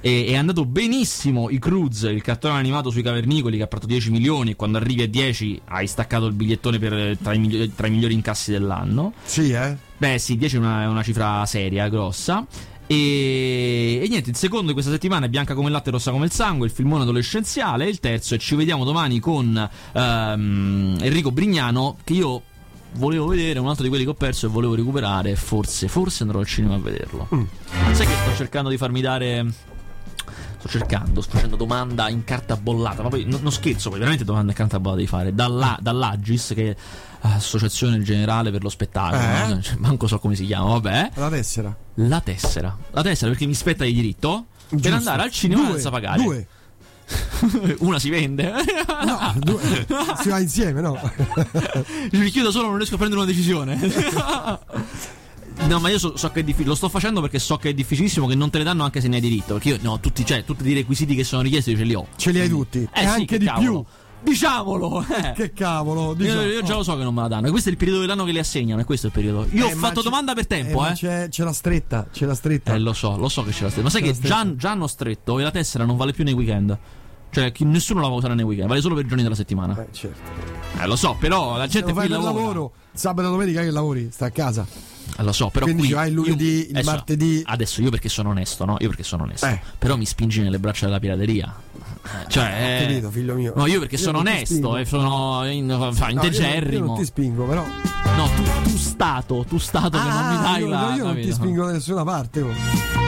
E, è andato benissimo i Cruz, il cartone animato sui cavernicoli che ha fatto dieci milioni, e quando arrivi a dieci hai staccato il bigliettone per, tra, i migliori, tra i migliori incassi dell'anno. Sì, eh? Beh sì, dieci è una, è una cifra seria, grossa. E, e niente, il secondo di questa settimana è Bianca come il latte, rossa come il sangue, il filmone adolescenziale. Il terzo è Ci vediamo domani con um, Enrico Brignano, che io volevo vedere, un altro di quelli che ho perso e volevo recuperare. Forse, forse andrò al cinema a vederlo. Mm. Sai che sto cercando di farmi dare... Sto cercando, sto facendo domanda in carta bollata, ma poi no, non scherzo, poi veramente domanda in carta bollata di fare dalla, dall'Agis, che è Associazione Generale per lo Spettacolo, eh? no? Cioè, manco so come si chiama, vabbè. La tessera. La tessera. La tessera perché mi spetta di diritto. Giusto. Per andare al cinema due, senza pagare. Due. Una si vende? No, due. Si va insieme, no? Mi chiedo solo, non riesco a prendere una decisione. No, ma io so, so che è difficile. Lo sto facendo perché so che è difficilissimo, che non te le danno anche se ne hai diritto. Perché io, no, tutti, cioè, tutti i requisiti che sono richiesti ce li ho. Ce li hai tutti. Eh, e sì, anche di cavolo. più. Diciamolo. Eh. Che cavolo. Diciamo. Io, io già lo so che non me la danno. E questo è il periodo dell'anno che li assegnano. E questo è il periodo. Io eh, ho fatto domanda per tempo, eh. eh. C'è, c'è la stretta. C'è la stretta. Eh, lo so, lo so che c'è la stretta. Ma sai c'è che già, già hanno stretto e la tessera non vale più nei weekend. Cioè, chi, nessuno la va a usare nei weekend, vale solo per i giorni della settimana. Eh, certo. Eh, lo so, però la gente qui lavora. lavoro, sabato e domenica che lavori, sta a casa. Eh, lo so, però quindi qui vai il lunedì, io, il adesso, martedì. Adesso io perché sono onesto, no? Io perché sono onesto. Eh. Però mi spingi nelle braccia della pirateria. Cioè, ho capito, figlio mio. No, io perché io sono onesto e sono in, fa, integerrimo. Io, io non ti spingo, però. No, tu, tu stato, tu stato ah, che non mi dai io, la. Io non ti spingo da nessuna parte. Oh.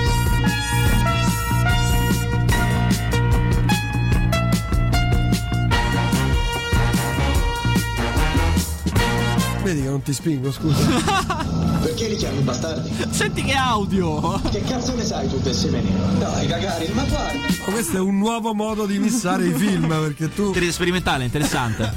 Vedi che non ti spingo, scusa. Perché li chiami bastardi? Senti che audio! Che cazzo ne sai tu del semenino? Dai, cagare, ma guarda! Ma questo è un nuovo modo di missare i film, perché tu... Sperimentale, interessante.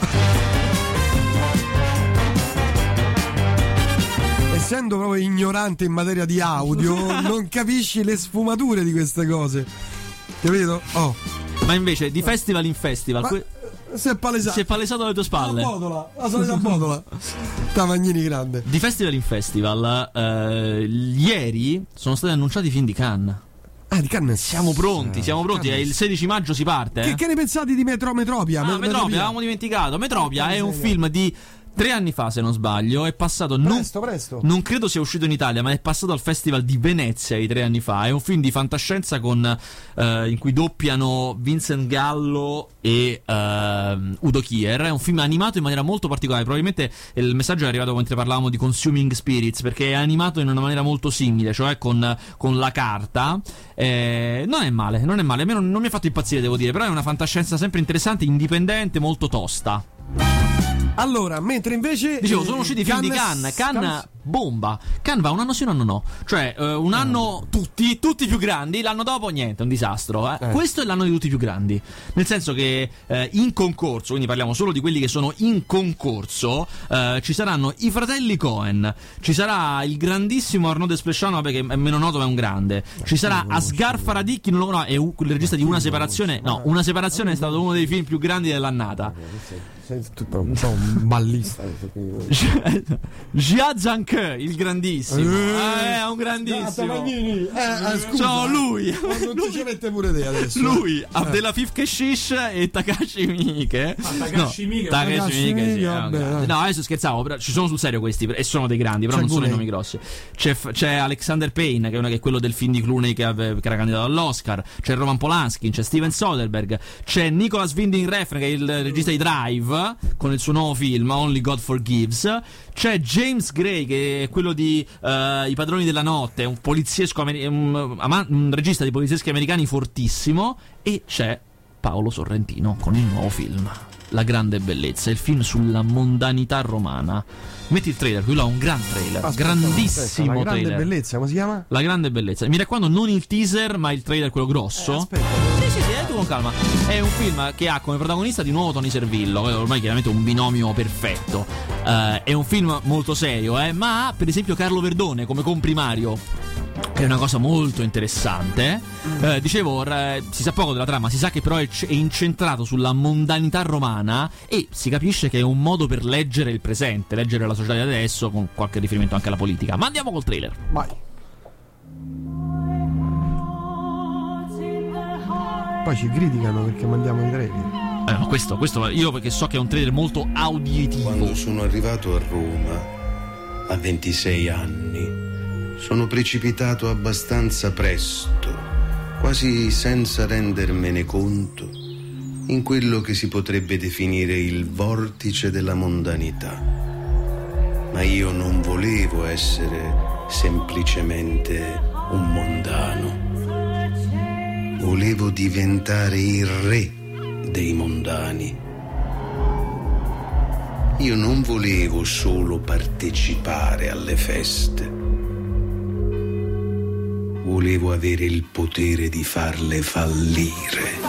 Essendo proprio ignorante in materia di audio, non capisci le sfumature di queste cose. Capito? Oh. Ma invece, di festival in festival... Ma... Que- Si è palesato. Si è palesato alle tue spalle. La botola, la solita botola. Tavagnini grande. Di festival in festival, eh, ieri sono stati annunciati i film di Cannes. Ah, di Cannes. Siamo pronti, siamo pronti. Cannes. Il sedici maggio si parte. Che, eh? che ne pensate di Metro Metropia? Ah, Metropia, Metropia, avevamo dimenticato. Metropia è un film di tre anni fa, se non sbaglio. È passato. Presto, non, presto. Non credo sia uscito in Italia, ma è passato al Festival di Venezia di tre anni fa. È un film di fantascienza con eh, in cui doppiano Vincent Gallo e eh, Udo Kier. È un film animato in maniera molto particolare. Probabilmente il messaggio è arrivato mentre parlavamo di Consuming Spirits, perché è animato in una maniera molto simile, cioè con, con la carta. Eh, non è male, non è male. A me non, non mi ha fatto impazzire, devo dire. Però è una fantascienza sempre interessante, indipendente, molto tosta. Allora, mentre invece dicevo, sono usciti i film di Cannes. Cannes bomba. Cannes va un anno sì, un anno no. Cioè, uh, un anno tutti, tutti più grandi. L'anno dopo niente, un disastro. Eh. Eh. Questo è l'anno di tutti più grandi. Nel senso che eh, in concorso, quindi parliamo solo di quelli che sono in concorso, eh, ci saranno i fratelli Coen, ci sarà il grandissimo Arnaud Desplechin, vabbè, che è meno noto ma è un grande. Ci sarà Asghar Farhadi, chi non lo conosce, è un, il regista di Una separazione. No, Una separazione è stato uno dei film più grandi dell'annata. Sei tutto un po' un ballista. Jia Zhangke, il grandissimo. Eh, è un grandissimo. Eh, eh, scusa. No, lui. Non lui. Ci mette pure te adesso. Lui, eh. Abdelafif Keshish e Takashi Miike. Ah, Takashi Miike. No, Takashi Miike, sì, vabbè, no, adesso scherzavo, però ci sono sul serio questi e sono dei grandi, però c'è non sono i nomi grossi. C'è, c'è Alexander Payne, che è, una, che è quello del film di Clooney che, ave, che era candidato all'Oscar. C'è Roman Polanski, c'è Steven Soderbergh, c'è Nicolas Winding Refn, che è il regista di Drive, con il suo nuovo film Only God Forgives. C'è James Gray, che è quello di uh, I Padroni della Notte, un poliziesco amer- un, un regista di polizieschi americani fortissimo. E c'è Paolo Sorrentino con il nuovo film La Grande Bellezza, il film sulla mondanità romana. Metti il trailer, quello ha un gran trailer, aspetta, grandissimo aspetta, La Grande trailer. Bellezza, come si chiama? La Grande Bellezza. Mi raccomando, non il teaser, ma il trailer, quello grosso. Eh, aspetta. Sì, sì, sì, eh, tu con calma. È un film che ha come protagonista di nuovo Tony Servillo, ormai chiaramente un binomio perfetto. Uh, è un film molto serio, eh, ma ha per esempio Carlo Verdone come comprimario, che è una cosa molto interessante. Eh, dicevo, eh, si sa poco della trama, si sa che però è, c- è incentrato sulla mondanità romana e si capisce che è un modo per leggere il presente, leggere la società di adesso con qualche riferimento anche alla politica. Ma andiamo col trailer. Vai. poi ci criticano perché mandiamo i trailer. Eh, ma questo, questo io perché so che è un trailer molto auditivo. Quando sono arrivato a Roma a ventisei anni, sono precipitato abbastanza presto, quasi senza rendermene conto, in quello che si potrebbe definire il vortice della mondanità. Ma io non volevo essere semplicemente un mondano. Volevo diventare il re dei mondani. Io non volevo solo partecipare alle feste. Volevo avere il potere di farle fallire.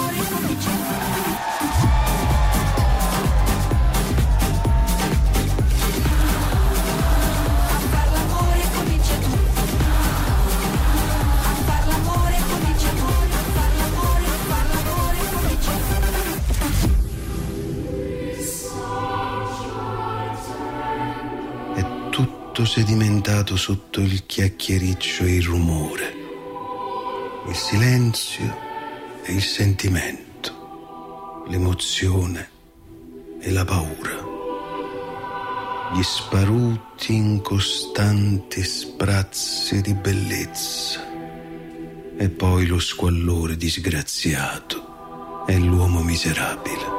Sedimentato sotto il chiacchiericcio e il rumore, il silenzio e il sentimento, l'emozione e la paura, gli sparuti incostanti sprazzi di bellezza e poi lo squallore disgraziato e l'uomo miserabile.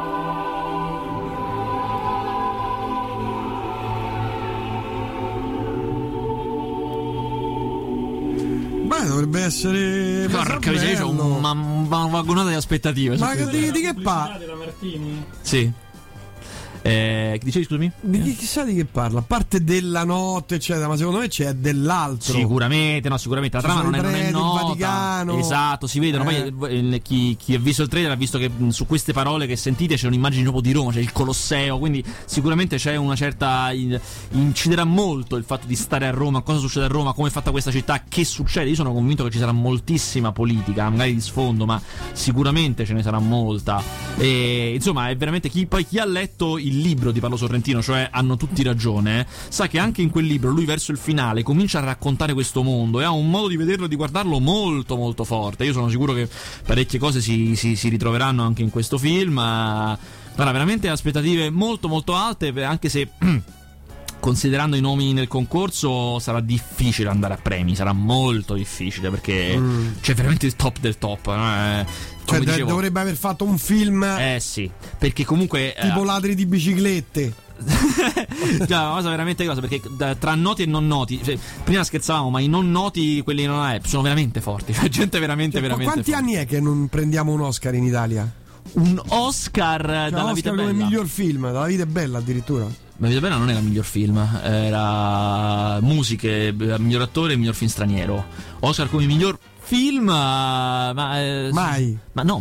Dovrebbe essere. Porca miseria, c'ho una, una vagonata di aspettative. Ma di, di che parla? Sì. Eh, che dicevi, scusami? Di chi chissà di che parla? A parte della notte, eccetera, ma secondo me c'è dell'altro. Sicuramente, no, sicuramente. La trama non è, non è nota. Vaticano. Esatto, si vedono. Eh. Poi chi, chi ha visto il trailer ha visto che su queste parole che sentite c'è un'immagine proprio di Roma, c'è il Colosseo. Quindi sicuramente c'è una certa. Inciderà molto il fatto di stare a Roma, cosa succede a Roma, come è fatta questa città, che succede. Io sono convinto che ci sarà moltissima politica, magari di sfondo, ma sicuramente ce ne sarà molta. E insomma, è veramente chi poi chi ha letto il libro di Paolo Sorrentino, cioè Hanno tutti ragione, sa che anche in quel libro lui verso il finale comincia a raccontare questo mondo e ha un modo di vederlo e di guardarlo molto molto forte. Io sono sicuro che parecchie cose si, si, si ritroveranno anche in questo film. Guarda, veramente aspettative molto molto alte, anche se considerando i nomi nel concorso sarà difficile andare a premi, sarà molto difficile perché mm. c'è veramente il top del top, no? Cioè dicevo, dovrebbe aver fatto un film eh sì, perché comunque tipo eh, ladri di biciclette. Già, una cosa veramente cosa, perché tra noti e non noti, cioè, prima scherzavamo, ma i non noti, quelli non è, sono veramente forti, cioè gente veramente cioè, veramente quanti forti. Anni è che non prendiamo un Oscar in Italia? Un Oscar cioè, dalla Oscar vita come bella. miglior film, dalla vita è bella addirittura. La vita bella non era miglior film, era musiche, miglior attore e miglior film straniero. Oscar come miglior film, ma eh, mai. Ma no,